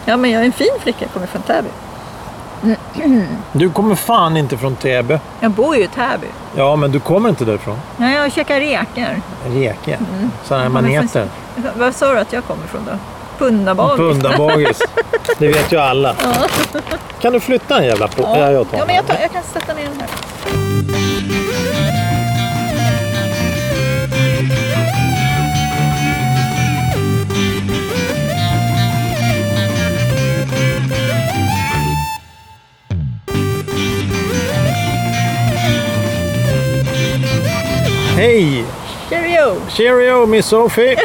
Ja, men jag är en fin flicka. Jag kommer från Täby. Du kommer fan inte från Täby. Jag bor ju i Täby. Ja, men du kommer inte därifrån. Ja, jag käkar räkor. Räkor? Sådana här maneter. Vad sa du att jag kommer från då? Pundabagis. Pundabagis. Det vet ju alla. Ja. Kan du flytta en jävla på? Ja, jag men jag kan sätta ner den här. Hej! Cheerio! Cheerio, Miss Sophie!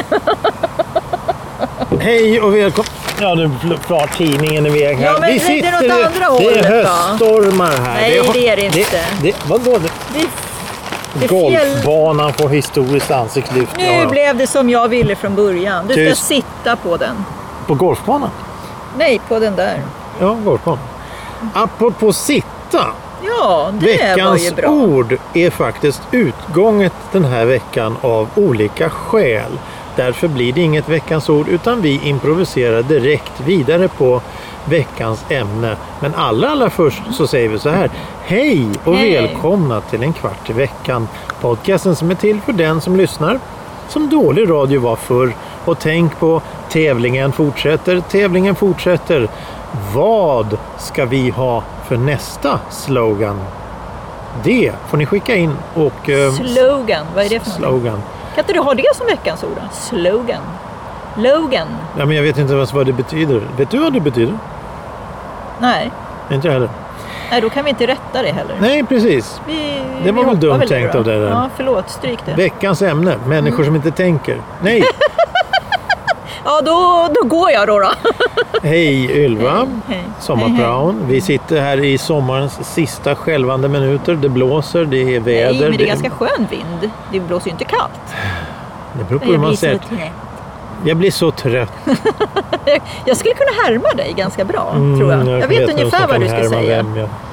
Hej och välkommen! Ja, nu far tidningen iväg här. Ja, men vi sitter det åt andra hållet. Det är höststormar här. Nej, det är det inte. Vadå? Det Golfbanan får historiskt ansiktslyft. Nu blev det som jag ville från början. Du ska sitta på den. På golfbanan? Nej, på den där. Ja, golfbanan. Apropå sitta. Ja, det veckans var ju bra. ord är faktiskt utgånget den här veckan av olika skäl. Därför blir det inget veckans ord utan vi improviserar direkt vidare på veckans ämne. Men allra först så säger vi så här. Hej och välkomna till En kvart i veckan. Podcasten som är till för den som lyssnar. Som dålig radio var förr. Och tänk på tävlingen fortsätter. Vad ska vi ha för nästa slogan? Det får ni skicka in och... slogan, vad är det för slogan? Kan inte du ha det som veckans ord? Slogan. Logan. Ja, men jag vet inte vad det betyder. Vet du vad det betyder? Nej. Inte jag heller. Nej, då kan vi inte rätta det heller. Nej, precis. Det var väl dumt tänkt av det där. Ja, förlåt. Stryk det. Veckans ämne. Människor som inte tänker. Nej. Ja, då går jag då. Hej Ylva. Hej. Sommarpraon. Vi sitter här i sommarens sista skälvande minuter. Det blåser, det är väder. Nej, men det är ganska skön vind. Det blåser ju inte kallt. Det beror på hur man ser. Jag blir så trött. Jag skulle kunna härma dig ganska bra, tror jag. Jag vet ungefär vad du ska säga.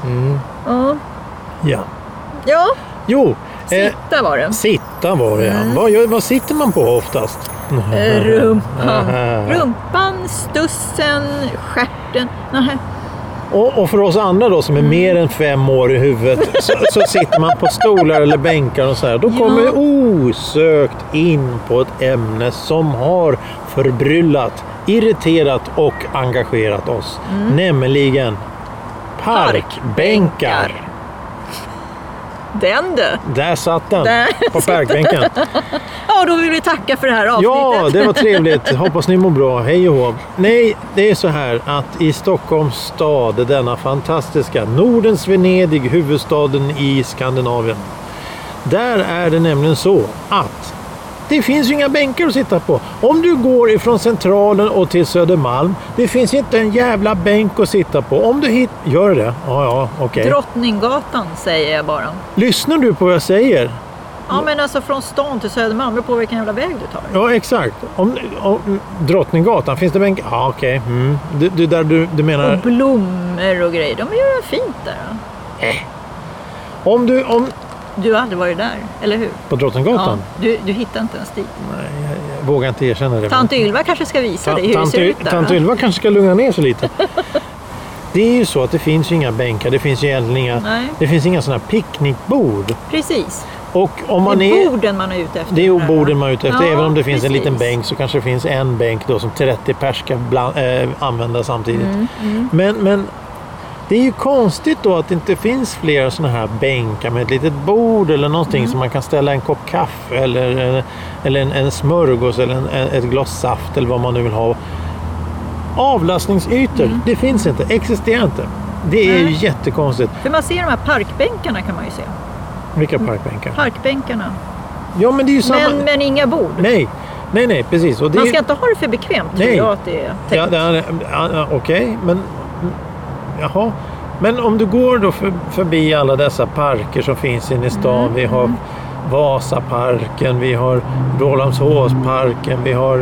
Ja. Jo. Sitta var det. Sitta var det, ja. Vad sitter man på oftast? Rumpan, stussen, stjärten. Och för oss andra då som är mer än 5 år i huvudet så sitter man på stolar eller bänkar och så här. Då kommer vi osökt in på ett ämne som har förbryllat, irriterat och engagerat oss. Nämligen parkbänkar. Den du. Där satt den. På parkbänken. Ja, då vill vi tacka för det här avsnittet. Ja, det var trevligt. Hoppas ni mår bra. Hej och hå. Nej, det är så här att i Stockholms stad, denna fantastiska Nordens Venedig, huvudstaden i Skandinavien. Där är det nämligen så att det finns ju inga bänkar att sitta på. Om du går ifrån Centralen och till Södermalm, det finns inte en jävla bänk att sitta på. Om du gör det? Ja, okej. Drottninggatan säger jag bara. Lyssnar du på vad jag säger? Ja, men alltså från stan till Södermalm, beror på vilken jävla väg du tar. Ja, exakt. Om Drottninggatan, finns det bänkar? Ja, okej. Du menar... Och blommor och grejer, de gör fint där. Om Du har aldrig varit där, eller hur? På Drottninggatan? Ja, du hittar inte ens dit. Nej, jag vågar inte erkänna det. Tant Ylva kanske ska visa dig hur det ser ut där. Tant Ylva kanske ska lugna ner sig lite. Det är ju så att det finns ju inga bänkar, det finns ju egentligen det finns inga sådana picknickbord. Precis. Och om man det är borden man är ute efter. Det är borden man är ute efter. Ja, även om det finns en precis. liten bänk så kanske det finns en bänk då som 30 pers ska använda samtidigt. Men det är ju konstigt då att det inte finns flera såna här bänkar med ett litet bord eller någonting som man kan ställa en kopp kaffe eller en smörgås eller ett glas saft eller vad man nu vill ha. Avlastningsytor, det finns inte, existerar inte. Det är ju jättekonstigt. För man ser de här parkbänkarna kan man ju se. Vilka parkbänkar? Parkbänkarna. Ja, men det är ju samma... Men inga bord. Nej, precis. Och det man ska inte ha det för bekvämt. Nej. Att det är okej, men... Jaha. Men om du går då förbi alla dessa parker som finns inne i stan. Vi har Vasaparken, vi har Rålambshovsparken, vi har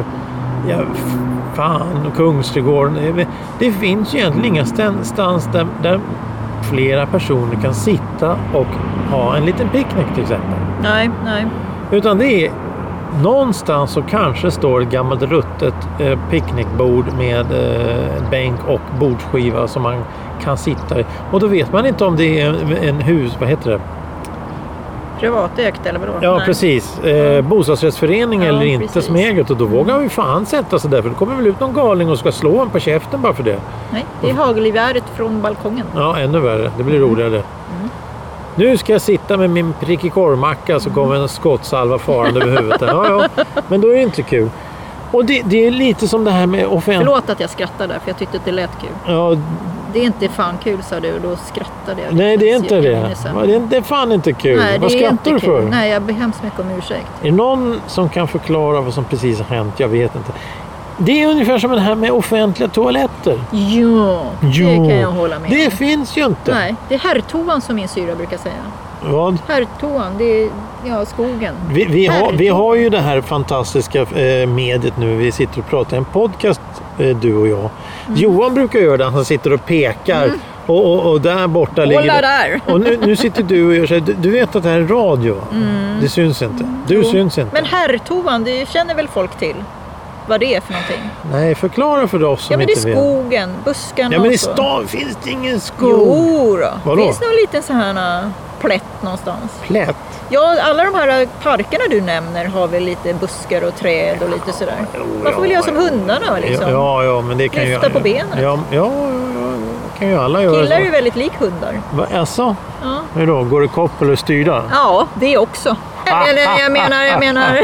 Kungsträdgården. Det finns ju egentligen inga stans där flera personer kan sitta och ha en liten picknick till exempel. Nej. Utan det någonstans så kanske står ett gammalt ruttet picknickbord med bänk och bordsskiva som man kan sitta i. Och då vet man inte om det är en hus, vad heter det? Privatägt eller vadå? Ja, nej. Precis. Bostadsrättsförening eller inte precis. Som äget. Och då vågar vi fan sätta sig där. För då kommer väl ut någon galning och ska slå en på käften bara för det. Nej, det är hagelgeväret från balkongen. Ja, ännu värre. Det blir roligare. Nu ska jag sitta med min prickikorvmacka så kommer en skottsalva farande över huvudet. Ja. Men då är det inte kul. Och det är lite som det här med Förlåt att jag skrattar där, för jag tyckte att det lät kul. Ja. Det är inte fan kul, sa du, och då skrattade jag. Nej, det är inte det. Det är fan inte kul. Nej, vad skrattar du för? Nej, jag ber hemskt mycket om ursäkt. Är det någon som kan förklara vad som precis har hänt? Jag vet inte. Det är ungefär som det här med offentliga toaletter. Ja, det kan jag hålla med Det finns ju inte. Nej, det är herrtoan som min syra brukar säga. Vad? Herrtoan, det är skogen. Vi har ju det här fantastiska mediet nu. Vi sitter och pratar i en podcast, du och jag. Johan brukar göra det. Han sitter och pekar. Och där borta ligger det. Där. Och nu sitter du och gör så här. Du vet att det här är radio. Det syns inte. Du syns inte. Men herrtoan, det känner väl folk till? Vad det är för någonting? Nej, förklara för oss som inte vet. Ja, men det är skogen, buskarna. Ja, men i stan finns det ingen skog. Jo då. Vadå? Finns det någon liten sån här plätt någonstans? Plätt? Ja, alla de här parkerna du nämner har väl lite buskar och träd och lite sådär. Man får väl göra som hundarna liksom. Ja, men det kan ju... Lyfta på benen. Ja, kan ju alla göra. Killar är ju väldigt lik hundar. Alltså? Ja. Hur då? Går det kopp eller styrda? Ja, det också. Eller jag menar...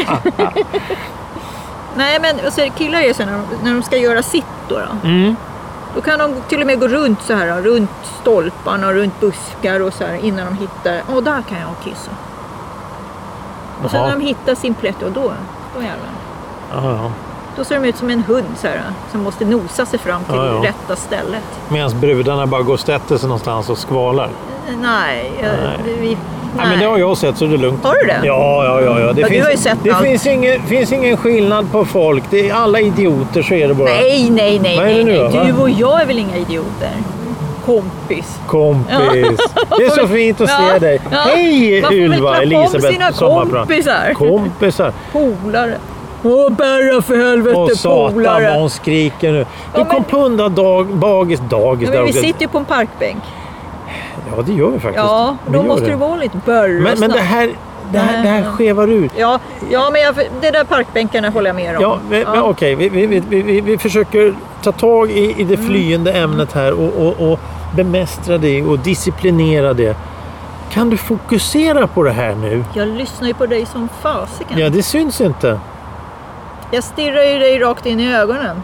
Nej, men alltså, killar är så när de ska göra sitt då. Då kan de till och med gå runt så här, runt stolparna och runt buskar och så här innan de hittar, där kan jag kissa. Och sen när de hittar sin plätt, och då jävlar. Ja. Då ser de ut som en hund så här, som måste nosa sig fram till rätta stället. Medan brudarna bara går och sätter sig någonstans och skvalar. Nej. Nej, men det har jag sett, så det är lugnt. Har du det? Ja. Du har ju sett det finns ingen skillnad på folk. Det är alla idioter, så är det bara. Nej. Vad är det nu, du och jag är väl inga idioter? Kompis. Det är så fint att se dig. Ja. Hej Ylva, Elisabeth. Man får väl kompisar. Polare. Bärra för helvete, polare. Satan, vad hon skriker nu. Du kom på undan dagis. Men vi sitter ju på en parkbänk. Ja, det gör vi faktiskt. Ja, då måste du vara lite börra. Men det här skevar ut. Ja, men det där parkbänkarna håller jag med om. Ja, men okej. Vi försöker ta tag i det flyende ämnet här och bemästra det och disciplinera det. Kan du fokusera på det här nu? Jag lyssnar ju på dig som fasiken. Ja, det syns inte. Jag stirrar ju dig rakt in i ögonen.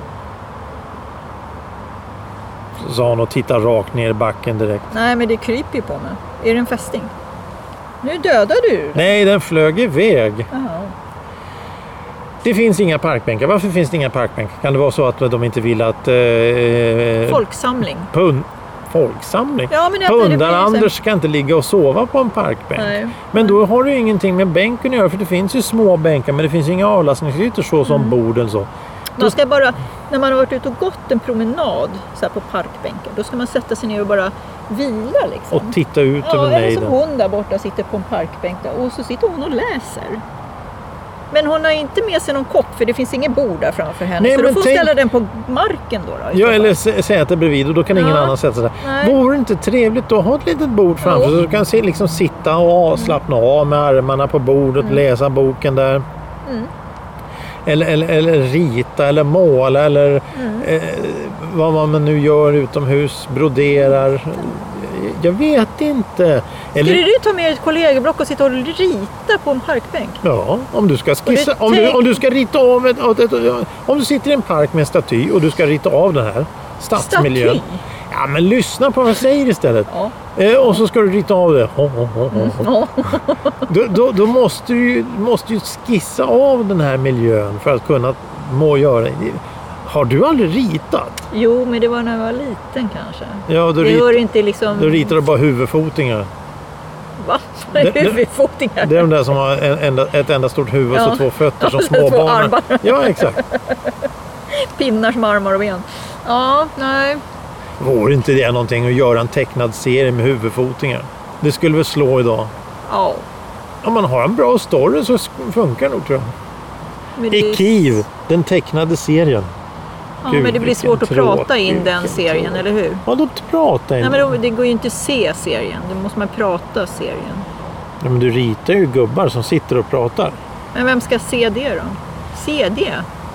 Sa hon och tittar rakt ner i backen direkt. Nej, men det kryper ju på mig. Är det en fästing? Nu dödar du. Nej, den flög iväg. Aha. Det finns inga parkbänkar. Varför finns det inga parkbänkar? Kan det vara så att de inte vill att... Folksamling. Folksamling? Ja, men Pundar-Anders ska inte ligga och sova på en parkbänk. Nej. Men då har du ingenting med bänken att göra. För det finns ju små bänkar, men det finns inga avlastningsytor så som borden så. Man ska bara, när man har varit ute och gått en promenad så här på parkbänken, då ska man sätta sig ner och bara vila liksom. Och titta ut över nejden. Eller som hon där borta sitter på en parkbänk där, och så sitter hon och läser. Men hon har inte med sig någon kopp, för det finns ingen bord där framför henne. Nej, så då får hon ställa den på marken då. Ja, eller sätta bredvid, och då kan ingen annan sätta sig. Vore det inte trevligt att ha ett litet bord framför, så du kan liksom sitta och slappna av med armarna på bordet, läsa boken där. Eller rita eller måla eller vad man nu gör utomhus, broderar. Jag vet inte. Eller... Skulle du ta med ett kollegieblock och sitta och rita på en parkbänk? Ja, om du ska skissa, om du ska rita av om du sitter i en park med en staty och du ska rita av den här stadsmiljön. Staty? Ja, men lyssna på vad jag säger istället. Ja. Och så ska du rita av det. Då måste du skissa av den här miljön för att kunna göra det. Har du aldrig ritat? Jo, men det var när jag var liten kanske. Ja, det hör inte liksom... Du ritar bara huvudfotingar. Va? Huvudfotingar? Det är de där som har ett enda stort huvud och så två fötter som små barn. Ja, exakt. Pinnar som armar och ben. Ja, nej. Vore inte det någonting att göra en tecknad serie med huvudfotingar? Det skulle väl slå idag. Ja. Om man har en bra story så funkar det nog, tror jag. Men det I Kiev, den tecknade serien. Ja, Gud, men det blir svårt att vilken prata in tråkig, den serien, eller hur? Vadå inte prata in? Nej, men det går ju inte att se serien. Då måste man prata serien. Ja, men du ritar ju gubbar som sitter och pratar. Men vem ska se det då? Se det?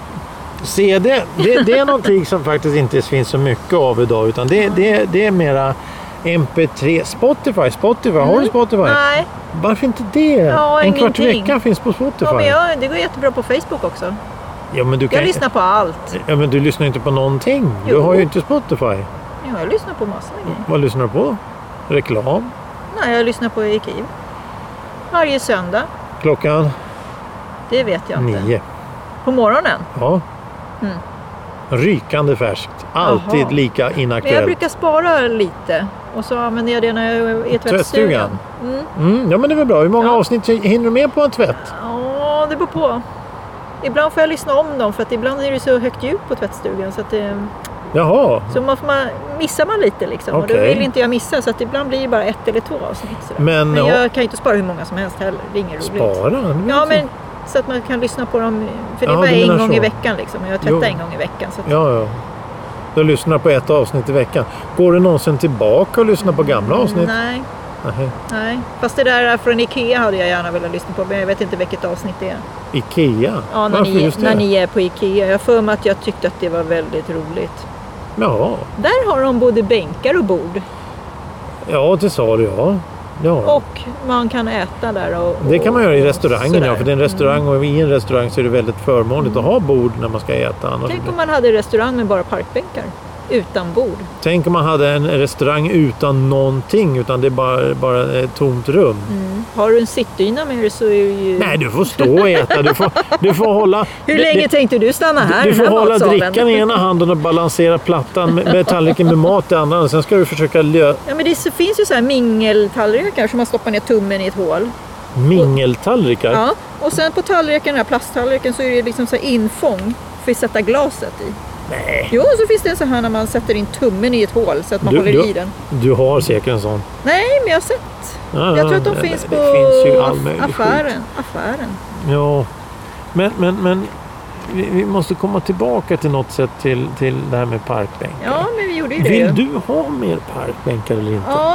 CD, det är någonting som faktiskt inte finns så mycket av idag, utan det är mera MP3. Spotify, har du Spotify? Nej. Varför inte det? Ja, en kvart i ingenting. veckan finns på Spotify. Ja, men det går jättebra på Facebook också. Ja, men du kan... Jag lyssnar på allt. Ja, men du lyssnar inte på någonting. Du Jo. har ju inte Spotify. Ja, jag lyssnar på massa grejer. Vad lyssnar du på? Reklam? Nej, jag lyssnar på i Kiev. Varje söndag. Klockan? Det vet jag inte. 9. På morgonen? Ja. Mm. Rykande färskt. Alltid Jaha. lika Men jag inaktuellt. brukar spara lite. Och så använder jag det när jag är i tvättstugan. Ja, men det är väl bra. Hur många avsnitt hinner du med på en tvätt? Ja, det beror på. Ibland får jag lyssna om dem för att ibland är det så högt ljud på tvättstugan så att det... Jaha. Så missar man lite liksom. Och då Okej. vill inte jag missa så att ibland blir det bara 1 eller 2 avsnitt. Sådär. Men jag kan ju inte spara hur många som helst heller. Det är inget roligt. Spara? Ja, men så att man kan lyssna på dem. För det är Ja, bara du en menar gång så. i veckan liksom. Jag tvättar Jo. en gång i veckan. Så att... Ja. Du lyssnar på ett avsnitt i veckan. Går du någonsin tillbaka och lyssnar på gamla avsnitt? Nej. Fast det där från Ikea hade jag gärna velat lyssna på. Men jag vet inte vilket avsnitt det är. Ikea? Ja, när ni är på Ikea. Jag för mig att jag tyckte att det var väldigt roligt. Ja. Där har de både bänkar och bord. Ja, det sa du, ja. Och man kan äta där. Det kan man göra i restaurangen, sådär. ja. För det är en restaurang och i en restaurang så är det väldigt förmånligt att ha bord när man ska äta. Annars Tänk om man hade en restaurang med bara parkbänkar. Utan bord. Tänk om man hade en restaurang utan någonting, utan det är bara ett tomt rum. Har du en sittdyna med dig så är det ju... Nej, du får stå och äta. Du får hålla... Hur länge tänkte du stanna här? Du får den här hålla matsalen? drickan i ena handen och balansera plattan med tallriken med mat i andra. Sen ska du försöka Ja, men det finns ju så här mingeltallrikar som man stoppar ner tummen i ett hål. mingeltallrikar. Ja, och sen på tallriken, den här plasttallriken, så är det liksom så här infång för att sätta glaset i. Nej. Jo, så finns det en så här när man sätter in tummen i ett hål så att man håller i den. Du har säkert en sån. Nej, men jag har sett. Ja, Jag tror att de finns på finns ju all möjlig affären. Ja, men vi måste komma tillbaka till något sätt till det här med parkbänkar. Ja, men vi gjorde ju det. Vill du ha mer parkbänkar eller inte? Ja,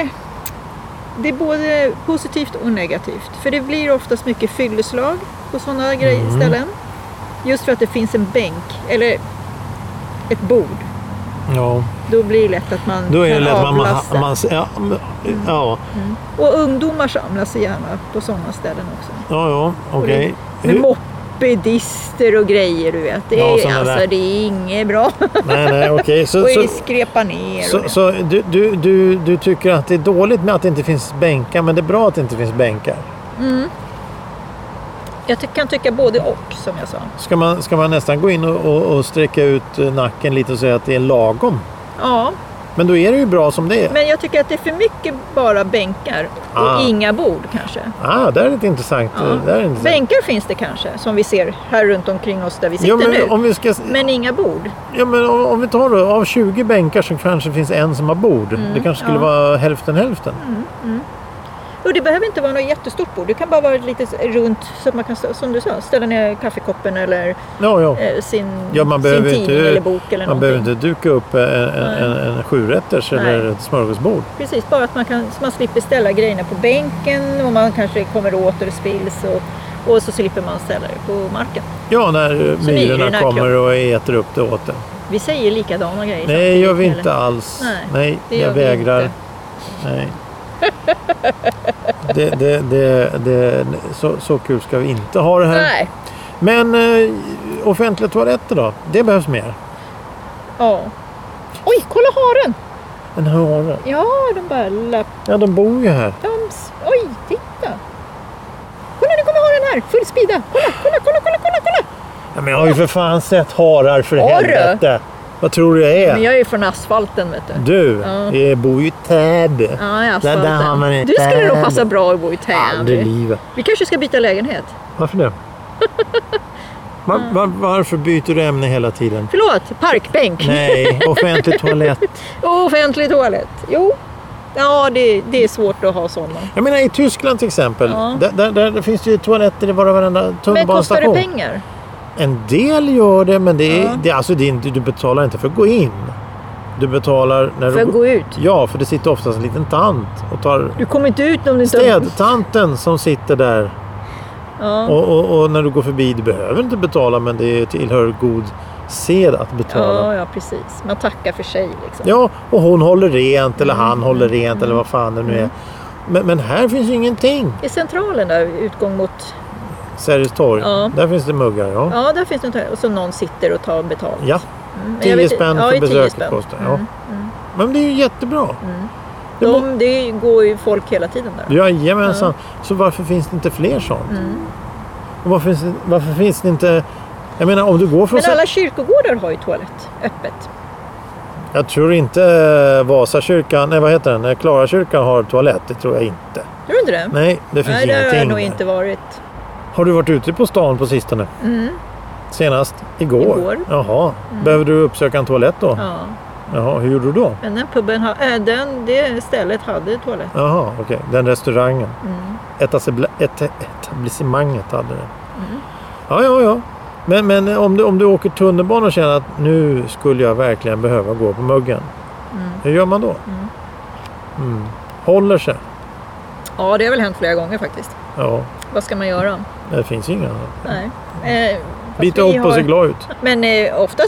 det är både positivt och negativt. För det blir oftast mycket fylleslag på sådana ställen. Just för att det finns en bänk eller ett bord. Ja. Då blir det lätt att man Då är det kan lätt avlasta. ja. Och ungdomar samlas gärna på sådana ställen också. Ja, okej. Med moppedister och grejer, du vet. Det är inget bra. Nej, okej. Och det skräpar ner. Så du tycker att det är dåligt med att det inte finns bänkar, men det är bra att det inte finns bänkar? Jag kan tycka både och, som jag sa. Ska man nästan gå in och sträcka ut nacken lite och säga att det är lagom? Ja. Men då är det ju bra som det är. Men jag tycker att det är för mycket bara bänkar och inga bord kanske. Där är det intressant. Ja. Bänkar finns det kanske, som vi ser här runt omkring oss där vi sitter nu. Men inga bord. Ja, men om vi tar då, av 20 bänkar så kanske finns en som har bord. Det kanske skulle vara hälften. Och det behöver inte vara något jättestort bord. Det kan bara vara lite runt så att man kan, som du sa, ställa ner kaffekoppen eller sin tidning eller bok eller man någonting. behöver inte duka upp en 7-rätters eller ett smörgåsbord. Precis, bara att man slipper ställa grejerna på bänken och man kanske kommer åt och det spills och så slipper man ställa det på marken. Ja, när myrorna kommer och äter upp det åt det. Vi säger likadana grejer. Nej, gör vi inte alls. Nej, jag vägrar. Nej. Så kul ska vi inte ha det här. Nej. Men offentliga toaletter då? Det behövs mer. Ja. Oj, kolla haren! En hare? Ja, de bara Ja, de bor ju här. Oj, titta! Kolla, nu kommer haren här! Full spida! Kolla! Ja, men jag har ju för fan sett harar för helvete. Vad tror du jag är? Men jag är från asfalten, vet du. Jag bor ju i Täby. Ja, i asfalten. Där har man du skulle nog passa bra att bo i Täby. Aldrig livet. Vi kanske ska byta lägenhet. Varför det? Varför byter du ämne hela tiden? Förlåt, parkbänk. Nej, offentlig toalett. Offentlig toalett. Jo, Ja, det är svårt att ha sådana. Jag menar i Tyskland till exempel. Där finns det ju toaletter i varenda tunnelbanestation. Men kostar det pengar? En del gör det, men du betalar inte för att gå in. Du betalar när för att gå ut? Ja, för det sitter oftast en liten tant och tar... Du kommer inte ut om du inte... Städtanten som sitter där. Ja. Och när du går förbi, du behöver inte betala, men det tillhör god sed att betala. Ja, precis. Man tackar för sig liksom. Ja, och hon håller rent eller han håller rent eller vad fan det nu är. Men här finns ju ingenting. I centralen där, utgång mot... Sergels torg. Ja. Där finns det muggar, ja. Ja, där finns det. Och så någon sitter och tar betalt. Ja. 10 spänn för besöket kostar. Ja. Men det är ju jättebra. Det går ju folk hela tiden där. Jajamensan. Så varför finns det inte fler sånt? Och varför finns det inte... Jag menar, om du går från... Men alla kyrkogårdar har ju toalett öppet. Jag tror inte Vasakyrkan... Nej, vad heter den? Klara kyrkan har toalett. Det tror jag inte. Tror du inte det? Nej, det finns ingenting. Nej, det har jag nog där. Inte varit. Har du varit ute på stan på sistone? Senast? Igår. Jaha. Behöver du uppsöka en toalett då? Ja. Jaha, hur gjorde du då? Men den puben, det stället hade toalett. Jaha, okej. Den restaurangen. Etablissemanget hade det. Ja. Men om du åker tunnelbana och känner att nu skulle jag verkligen behöva gå på muggen. Hur gör man då? Håller sig? Ja, det har väl hänt flera gånger faktiskt. Ja. Vad ska man göra? Det finns ju inga annat. Nej. Bita upp och se glad ut. Men ofta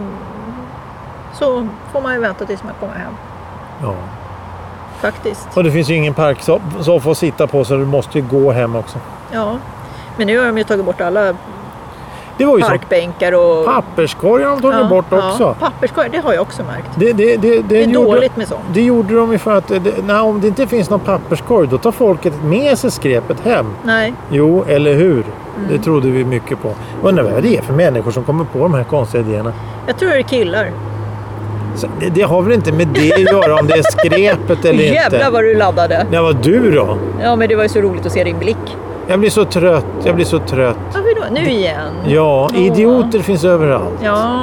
så får man ju vänta tills man kommer hem. Ja. Faktiskt. Och det finns ju ingen parksoffa att sitta på, så du måste ju gå hem också. Ja. Men nu har de ju tagit bort alla det var ju parkbänkar och... Papperskorgar har de tagit bort också. Ja, papperskorgar, det har jag också märkt. Det är dåligt med sånt. Det gjorde de ju för att om det inte finns någon papperskorg, då tar folket med sig skräpet hem. Nej. Jo, eller hur? Det trodde vi mycket på. Undrar vad det är för människor som kommer på de här konstiga idéerna. Jag tror det är killar. Så det har väl inte med det att göra om det är skräpet eller inte. Jävlar vad du laddade. Ja, vad du då? Ja, men det var ju så roligt att se din blick. Jag blir så trött. Varför då? Nu igen? Ja, idioter finns överallt. Ja.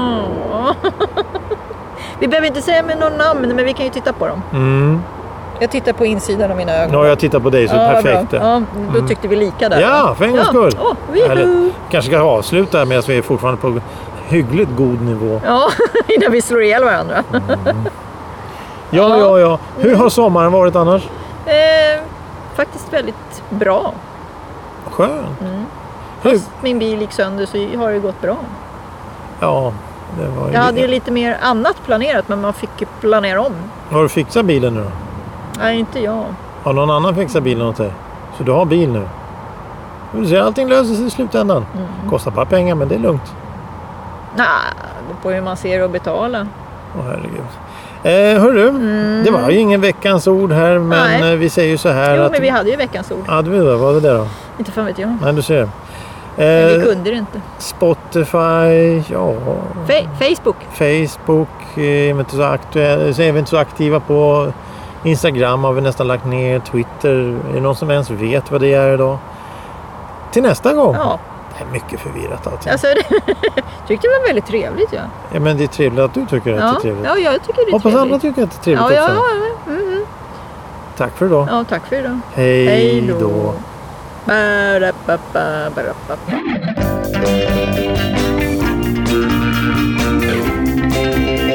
Vi behöver inte säga med någon namn, men vi kan ju titta på dem. Jag tittar på insidan av mina ögon. Ja, jag tittar på dig så perfekt. Ja, då tyckte vi lika där. Ja, för en gångs skull. Eller, kanske ska avsluta medan vi är fortfarande på hyggligt god nivå. Ja, innan vi slår ihjäl varandra. Ja. Hur har sommaren varit annars? Faktiskt väldigt bra. Skönt. Fast min bil gick sönder så har det gått bra. Ja, det var ju... Jag hade ju lite mer annat planerat, men man fick ju planera om. Har du fixat bilen nu då? Nej, inte jag. Har någon annan fixat bilen åt dig? Så du har bil nu? Du ser, allting löser sig i slutändan. Kostar bara pengar, men det är lugnt. Nej, det på hur man ser och betala. Herregud. Hörru, det var ju ingen veckans ord här, men vi säger ju så här. Jo, men vi hade ju veckans ord. Ja, vad var det då? Inte fan vet jag. Nej, du ser. Men vi kunde det inte. Spotify, ja. Facebook. Är inte så aktuell, så är vi inte så aktiva på Instagram, har vi nästan lagt ner. Twitter, är det någon som ens vet vad det är idag? Till nästa gång. Ja. Det är mycket förvirrat allting. Alltså, tyckte det var väldigt trevligt, ja. Ja, men det är trevligt att du tycker att det är trevligt. Ja, jag tycker det är hoppas alla tycker att det är trevligt också. Ja. Tack för idag. Ja, tack för idag. Hej då. Ba-da-ba-ba-ba-da-ba-ba.